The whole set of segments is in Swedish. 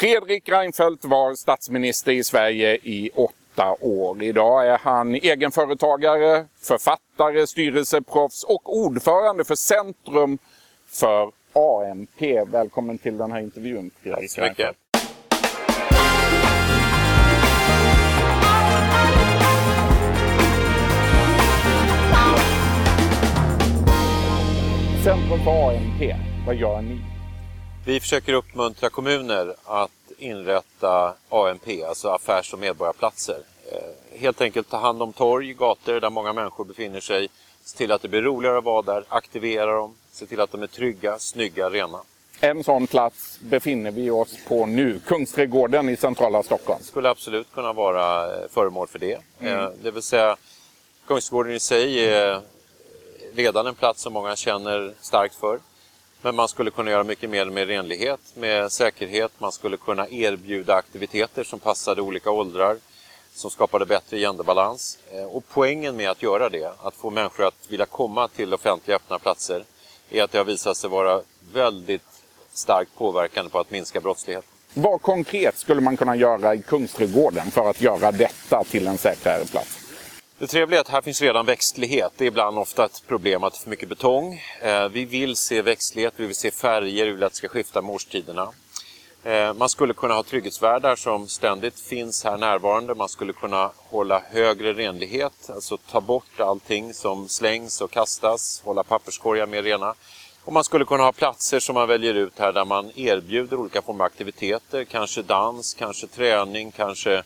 Fredrik Reinfeldt var statsminister i Sverige i 8 år. Idag är han egenföretagare, författare, styrelseproffs och ordförande för Centrum för ANP. Välkommen till den här intervjun, Fredrik. Tack så mycket. Centrum för ANP, vad gör ni? Vi försöker uppmuntra kommuner att inrätta ANP, alltså affärs- och medborgarplatser. Helt enkelt ta hand om torg, gator där många människor befinner sig. Se till att det blir roligare att vara där, aktivera dem, se till att de är trygga, snygga, rena. En sån plats befinner vi oss på nu, Kungsträdgården i centrala Stockholm. Skulle absolut kunna vara föremål för det. Det vill säga, Kungsträdgården i sig är redan en plats som många känner starkt för. Men man skulle kunna göra mycket mer med renlighet, med säkerhet. Man skulle kunna erbjuda aktiviteter som passade olika åldrar, som skapade bättre genderbalans. Och poängen med att göra det, att få människor att vilja komma till offentliga öppna platser, är att det har visat sig vara väldigt starkt påverkande på att minska brottslighet. Vad konkret skulle man kunna göra i Kungsträdgården för att göra detta till en säkrare plats? Det trevliga är att här finns redan växtlighet. Det är ibland ofta ett problem att det är för mycket betong. Vi vill se växtlighet, vi vill se färger, vi vill att det ska skifta med årstiderna. Man skulle kunna ha trygghetsvärdar som ständigt finns här närvarande. Man skulle kunna hålla högre renlighet, alltså ta bort allting som slängs och kastas, hålla papperskorgar mer rena. Och man skulle kunna ha platser som man väljer ut här där man erbjuder olika former av aktiviteter, kanske dans, kanske träning, kanske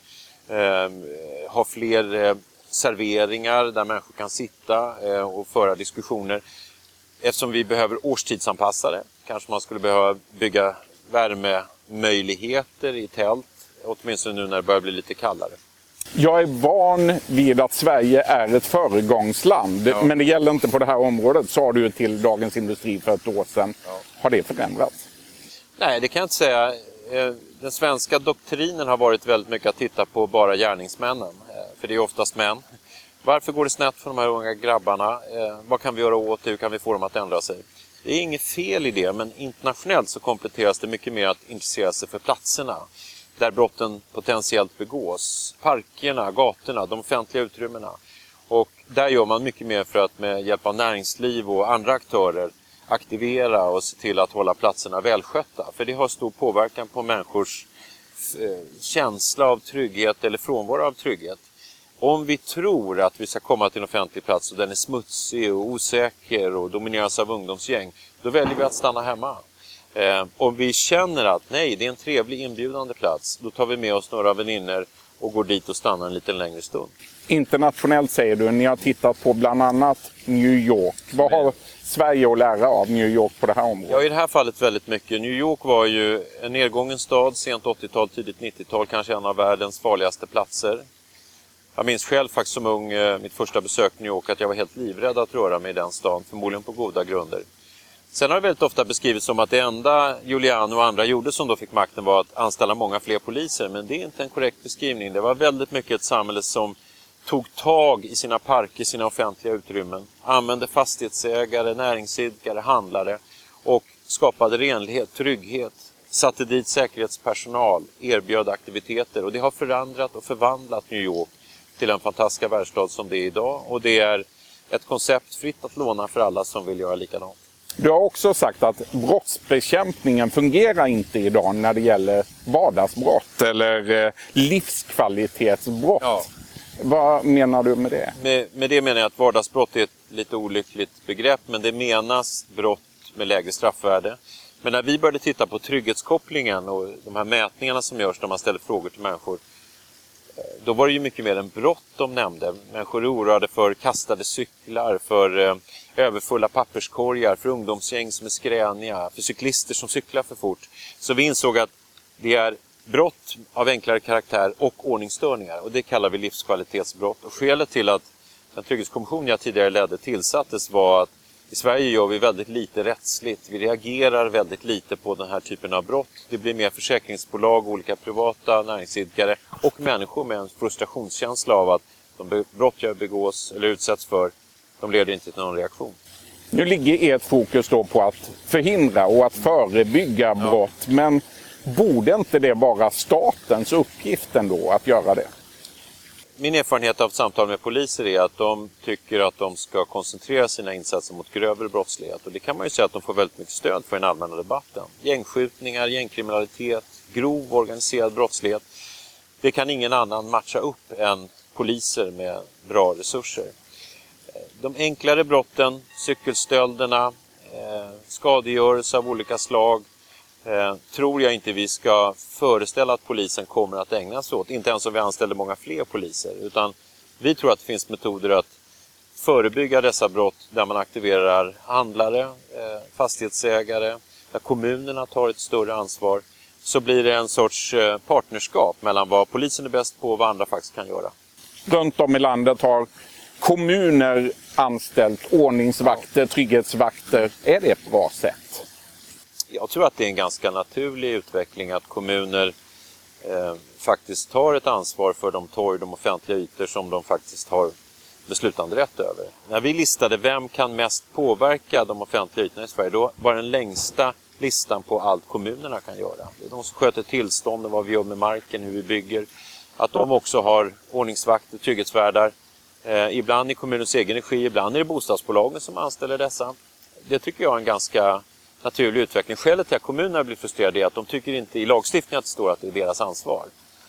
ha fler serveringar där människor kan sitta och föra diskussioner. Eftersom vi behöver årstidsanpassa det, kanske man skulle behöva bygga värmemöjligheter i tält, åtminstone nu när det börjar bli lite kallare. Jag är van vid att Sverige är ett föregångsland, men det gäller inte på det här området, sa du till Dagens Industri för ett år sedan. Ja. Har det förändrats? Nej, det kan jag inte säga. Den svenska doktrinen har varit väldigt mycket att titta på bara gärningsmännen, för det är oftast män. Varför går det snett för de här unga grabbarna? Vad kan vi göra åt det? Hur kan vi få dem att ändra sig? Det är inget fel i det, men internationellt så kompletteras det mycket mer att intressera sig för platserna där brotten potentiellt begås. Parkerna, gatorna, de offentliga utrymmena. Och där gör man mycket mer för att med hjälp av näringsliv och andra aktörer aktivera och se till att hålla platserna välskötta. För det har stor påverkan på människors känsla av trygghet eller frånvaro av trygghet. Om vi tror att vi ska komma till en offentlig plats och den är smutsig och osäker och domineras av ungdomsgäng, då väljer vi att stanna hemma. Om vi känner att nej, det är en trevlig inbjudande plats, då tar vi med oss några vänner och går dit och stannar en lite längre stund. Internationellt säger du, ni har tittat på bland annat New York. Vad har Sverige att lära av New York på det här området? Ja, i det här fallet väldigt mycket. New York var ju en nedgången stad, sent 80-tal, tidigt 90-tal, kanske en av världens farligaste platser. Jag minns själv faktiskt som ung, mitt första besök i New York, att jag var helt livrädd att röra mig i den stan, förmodligen på goda grunder. Sen har det väldigt ofta beskrivits som att det enda Giuliani och andra gjorde som då fick makten var att anställa många fler poliser, men det är inte en korrekt beskrivning. Det var väldigt mycket ett samhälle som tog tag i sina parker, sina offentliga utrymmen, använde fastighetsägare, näringsidkare, handlare och skapade renlighet, trygghet, satte dit säkerhetspersonal, erbjöd aktiviteter, och det har förändrat och förvandlat New York till en fantastisk världsstad som det är idag, och det är ett koncept fritt att låna för alla som vill göra likadant. Du har också sagt att brottsbekämpningen fungerar inte idag när det gäller vardagsbrott eller livskvalitetsbrott. Ja. Vad menar du med det? Med det menar jag att vardagsbrott är ett lite olyckligt begrepp, men det menas brott med lägre straffvärde. Men när vi började titta på trygghetskopplingen och de här mätningarna som görs när man ställer frågor till människor, då var det ju mycket mer än brott de nämnde. Människor är oroade för kastade cyklar, för överfulla papperskorgar, för ungdomsgäng som är skräniga, för cyklister som cyklar för fort. Så vi insåg att det är brott av enklare karaktär och ordningsstörningar, och det kallar vi livskvalitetsbrott. Och skälet till att den trygghetskommission jag tidigare ledde tillsattes var att i Sverige gör vi väldigt lite rättsligt. Vi reagerar väldigt lite på den här typen av brott. Det blir mer försäkringsbolag, olika privata näringsidkare och människor med en frustrationskänsla av att de brott jag begås eller utsätts för, de leder inte till någon reaktion. Nu ligger ert fokus då på att förhindra och att förebygga brott. Men Borde inte det vara statens uppgift ändå att göra det? Min erfarenhet av samtal med poliser är att de tycker att de ska koncentrera sina insatser mot grövre brottslighet. Och det kan man ju säga att de får väldigt mycket stöd för i den allmänna debatten. Gängskjutningar, gängkriminalitet, grov organiserad brottslighet. Det kan ingen annan matcha upp än poliser med bra resurser. De enklare brotten, cykelstölderna, skadegörelse av olika slag, tror jag inte vi ska föreställa att polisen kommer att ägna sig åt. Inte ens om vi anställer många fler poliser. Utan vi tror att det finns metoder att förebygga dessa brott där man aktiverar handlare, fastighetsägare, där kommunerna tar ett större ansvar. Så blir det en sorts partnerskap mellan vad polisen är bäst på och vad andra faktiskt kan göra. Runt om i landet har kommuner anställt ordningsvakter, trygghetsvakter. Är det ett bra sätt? Jag tror att det är en ganska naturlig utveckling att kommuner faktiskt tar ett ansvar för de torg, de offentliga ytor som de faktiskt har beslutanderätt över. När vi listade vem kan mest påverka de offentliga ytorna i Sverige, då var den längsta listan på allt kommunerna kan göra. Det är de som sköter tillstånden, vad vi gör med marken, hur vi bygger. Att de också har ordningsvakter, trygghetsvärdar. Ibland i kommunens egen regi, ibland är det bostadsbolagen som anställer dessa. Det tycker jag är en ganska naturlig utveckling. Skälet till att kommunerna blir frustrerade är att de tycker inte i lagstiftningen att det står att det är deras ansvar.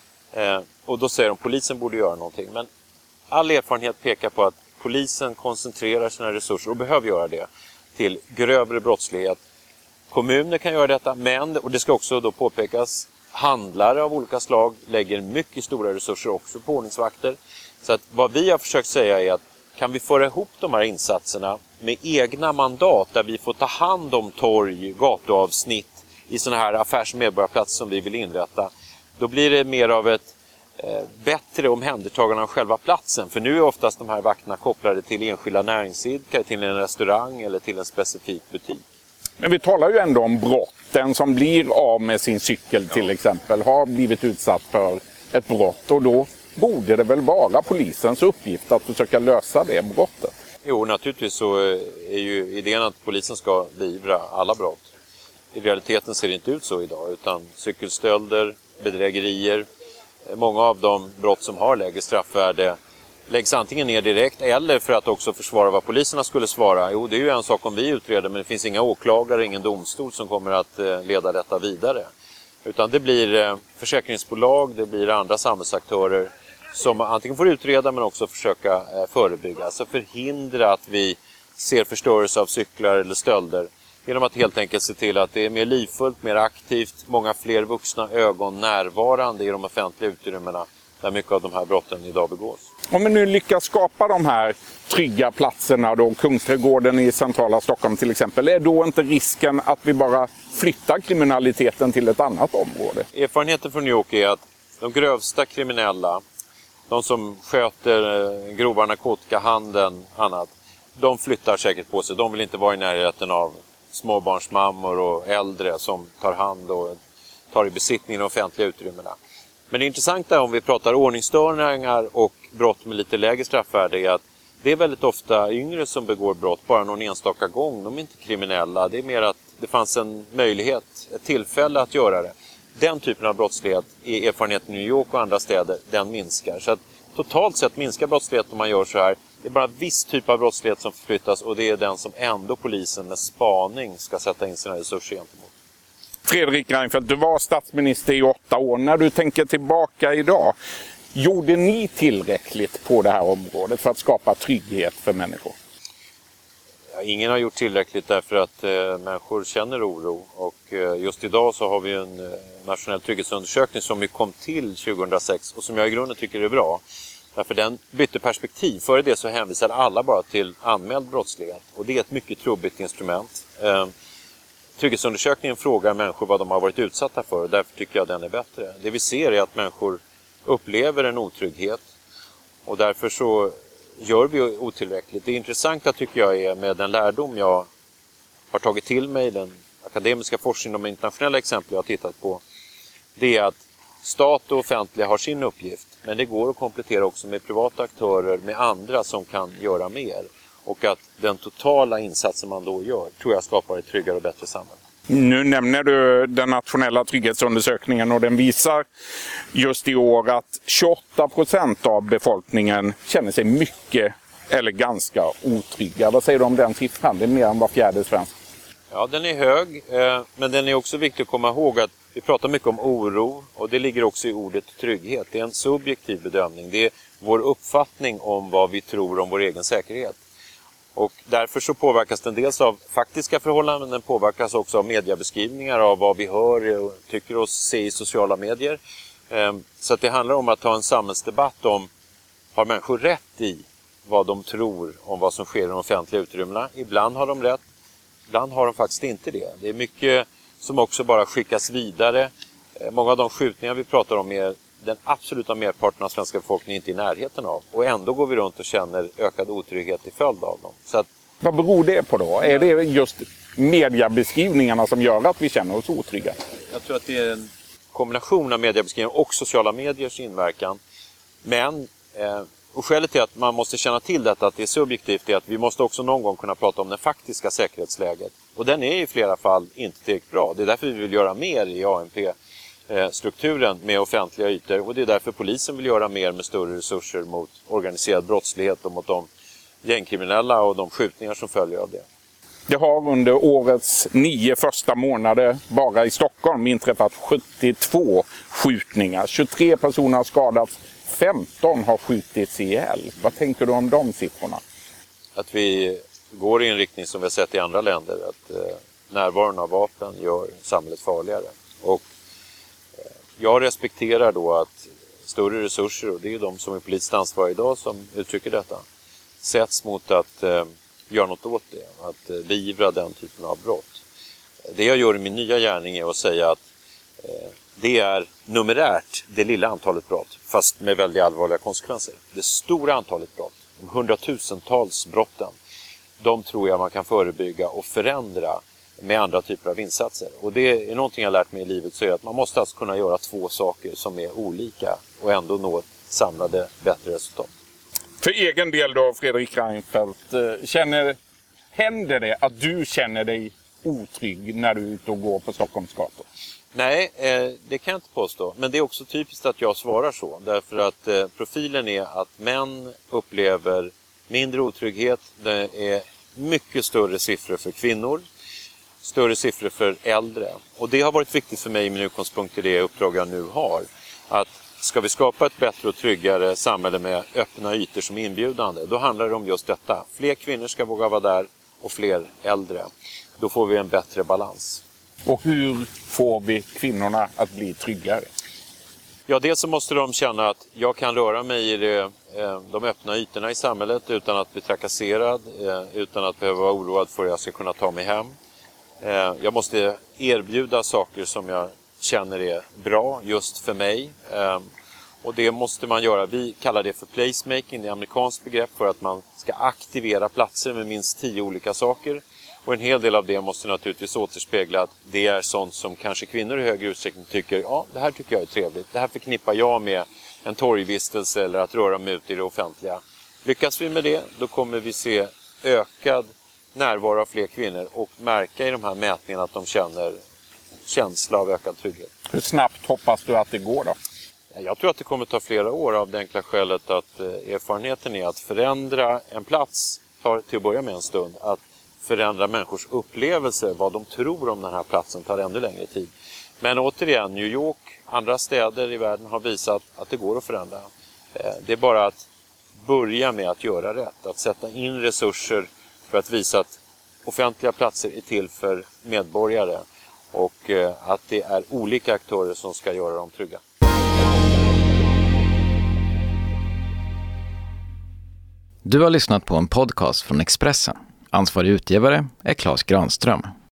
Och då säger de att polisen borde göra någonting. Men all erfarenhet pekar på att polisen koncentrerar sina resurser och behöver göra det till grövre brottslighet. Kommuner kan göra detta, men, och det ska också då påpekas, handlare av olika slag lägger mycket stora resurser också på ordningsvakter. Så att vad vi har försökt säga är att kan vi föra ihop de här insatserna med egna mandat där vi får ta hand om torg, gatuavsnitt i sådana här affärs- och medborgarplatser som vi vill inrätta, då blir det mer av ett bättre omhändertagande av själva platsen. För nu är oftast de här vakterna kopplade till enskilda näringsidkare, till en restaurang eller till en specifik butik. Men vi talar ju ändå om brott. Den som blir av med sin cykel till exempel har blivit utsatt för ett brott, och då borde det väl vara polisens uppgift att försöka lösa det brottet? Jo, naturligtvis så är ju idén att polisen ska beivra alla brott. I realiteten ser det inte ut så idag, utan cykelstölder, bedrägerier, många av de brott som har lägre straffvärde läggs antingen ner direkt eller för att också försvara vad poliserna skulle svara. Jo, det är ju en sak om vi utreder, men det finns inga åklagare, ingen domstol som kommer att leda detta vidare. Utan det blir försäkringsbolag, det blir andra samhällsaktörer som antingen får utreda men också försöka förebygga. Alltså förhindra att vi ser förstörelse av cyklar eller stölder. Genom att helt enkelt se till att det är mer livfullt, mer aktivt, många fler vuxna ögon närvarande i de offentliga utrymmena där mycket av de här brotten idag begås. Om vi nu lyckas skapa de här trygga platserna, då Kungsträdgården i centrala Stockholm till exempel, är då inte risken att vi bara flyttar kriminaliteten till ett annat område? Erfarenheten från New York är att de grövsta kriminella, de som sköter grova narkotikahandeln och annat, de flyttar säkert på sig. De vill inte vara i närheten av småbarnsmammor och äldre som tar hand och tar i besittning i de offentliga utrymmena. Men det intressanta om vi pratar ordningsstörningar och brott med lite lägre straffvärde är att det är väldigt ofta yngre som begår brott bara någon enstaka gång. De är inte kriminella. Det är mer att det fanns en möjlighet, ett tillfälle att göra det. Den typen av brottslighet i erfarenheten i New York och andra städer, den minskar. Så att totalt sett minskar brottslighet om man gör så här. Det är bara viss typ av brottslighet som förflyttas, och det är den som ändå polisen med spaning ska sätta in sina resurser gentemot. Fredrik Reinfeldt, du var statsminister i 8 år. När du tänker tillbaka idag, gjorde ni tillräckligt på det här området för att skapa trygghet för människor? Ja, ingen har gjort tillräckligt därför att människor känner oro. Och just idag så har vi en nationell trygghetsundersökning som vi kom till 2006 och som jag i grunden tycker är bra. Därför den bytte perspektiv. Före det så hänvisade alla bara till anmäld brottslighet, och det är ett mycket trubbigt instrument. Trygghetsundersökningen frågar människor vad de har varit utsatta för, och därför tycker jag den är bättre. Det vi ser är att människor upplever en otrygghet, och därför så gör vi otillräckligt. Det intressanta tycker jag är med den lärdom jag har tagit till mig, den akademiska forskningen, de internationella exempel jag har tittat på, det är att stat och offentliga har sin uppgift, men det går att komplettera också med privata aktörer, med andra som kan göra mer. Och att den totala insatsen man då gör tror jag skapar ett tryggare och bättre samhälle. Nu nämner du den nationella trygghetsundersökningen och den visar just i år att 28% av befolkningen känner sig mycket eller ganska otrygga. Vad säger du om den siffran? Det är mer än var fjärde svensk. Ja, den är hög, men den är också viktig att komma ihåg att vi pratar mycket om oro och det ligger också i ordet trygghet. Det är en subjektiv bedömning. Det är vår uppfattning om vad vi tror om vår egen säkerhet. Och därför så påverkas den dels av faktiska förhållanden, men den påverkas också av mediebeskrivningar av vad vi hör och tycker oss se i sociala medier. Så att det handlar om att ha en samhällsdebatt om, har människor rätt i vad de tror om vad som sker i de offentliga utrymmena? Ibland har de rätt, ibland har de faktiskt inte det. Det är mycket som också bara skickas vidare. Många av de skjutningar vi pratar om är den absoluta merparten av svenska befolkningen inte i närheten av. Och ändå går vi runt och känner ökad otrygghet till följd av dem. Så att, vad beror det på då? Är det just mediebeskrivningarna som gör att vi känner oss otrygga? jag tror att det är en kombination av mediebeskrivningar och sociala mediers inverkan. Men, och skälet till att man måste känna till detta, att det är subjektivt, är att vi måste också någon gång kunna prata om det faktiska säkerhetsläget. Och den är i flera fall inte tillräckligt bra. Det är därför vi vill göra mer i ANP-strukturen med offentliga ytor. Och det är därför polisen vill göra mer med större resurser mot organiserad brottslighet och mot de gängkriminella och de skjutningar som följer av det. Det har under årets 9 första månader bara i Stockholm inträffat 72 skjutningar. 23 personer har skadats, 15 har skjutits ihjäl. Vad tänker du om de siffrorna? Att vi går i en riktning som vi har sett i andra länder, att närvaron av vapen gör samhället farligare. Och jag respekterar då att större resurser, och det är ju de som är politiskt ansvariga idag som uttrycker detta, sätts mot att göra något åt det, att beivra den typen av brott. Det jag gör i min nya gärning är att säga att det är numerärt det lilla antalet brott, fast med väldigt allvarliga konsekvenser. Det stora antalet brott, de hundratusentals brotten, de tror jag man kan förebygga och förändra med andra typer av insatser. Och det är någonting jag lärt mig i livet, så är att man måste alltså kunna göra 2 saker som är olika och ändå nå ett samlade bättre resultat. För egen del då, Fredrik Reinfeldt, händer det att du känner dig otrygg när du är ute och går på Stockholms gator? Nej, det kan jag inte påstå. Men det är också typiskt att jag svarar så. Därför att profilen är att män upplever mindre otrygghet. Det är mycket större siffror för kvinnor. Större siffror för äldre. Och det har varit viktigt för mig med utgångspunkt i det uppdrag jag nu har. Att ska vi skapa ett bättre och tryggare samhälle med öppna ytor som är inbjudande, då handlar det om just detta. Fler kvinnor ska våga vara där och fler äldre. Då får vi en bättre balans. Och hur får vi kvinnorna att bli tryggare? Ja, dels så måste de känna att jag kan röra mig i de öppna ytorna i samhället utan att bli trakasserad, utan att behöva vara oroad för att jag ska kunna ta mig hem. Jag måste erbjuda saker som jag känner är bra just för mig. Och det måste man göra. Vi kallar det för placemaking, det är amerikanskt begrepp för att man ska aktivera platser med minst 10 olika saker. Och en hel del av det måste naturligtvis återspegla att det är sånt som kanske kvinnor i högre utsträckning tycker, ja, det här tycker jag är trevligt. Det här förknippar jag med en torgvistelse eller att röra mig ut i det offentliga. Lyckas vi med det, då kommer vi se ökad närvaro av fler kvinnor och märka i de här mätningarna att de känner känsla av ökad trygghet. Hur snabbt hoppas du att det går då? Jag tror att det kommer ta flera år av det enkla skälet att erfarenheten är att förändra en plats tar till att börja med en stund. Att förändra människors upplevelser, vad de tror om den här platsen, tar ännu längre tid. Men återigen, New York, andra städer i världen har visat att det går att förändra. Det är bara att börja med att göra rätt. Att sätta in resurser för att visa att offentliga platser är till för medborgare. Och att det är olika aktörer som ska göra dem trygga. Du har lyssnat på en podcast från Expressen. Ansvarig utgivare är Claes Granström.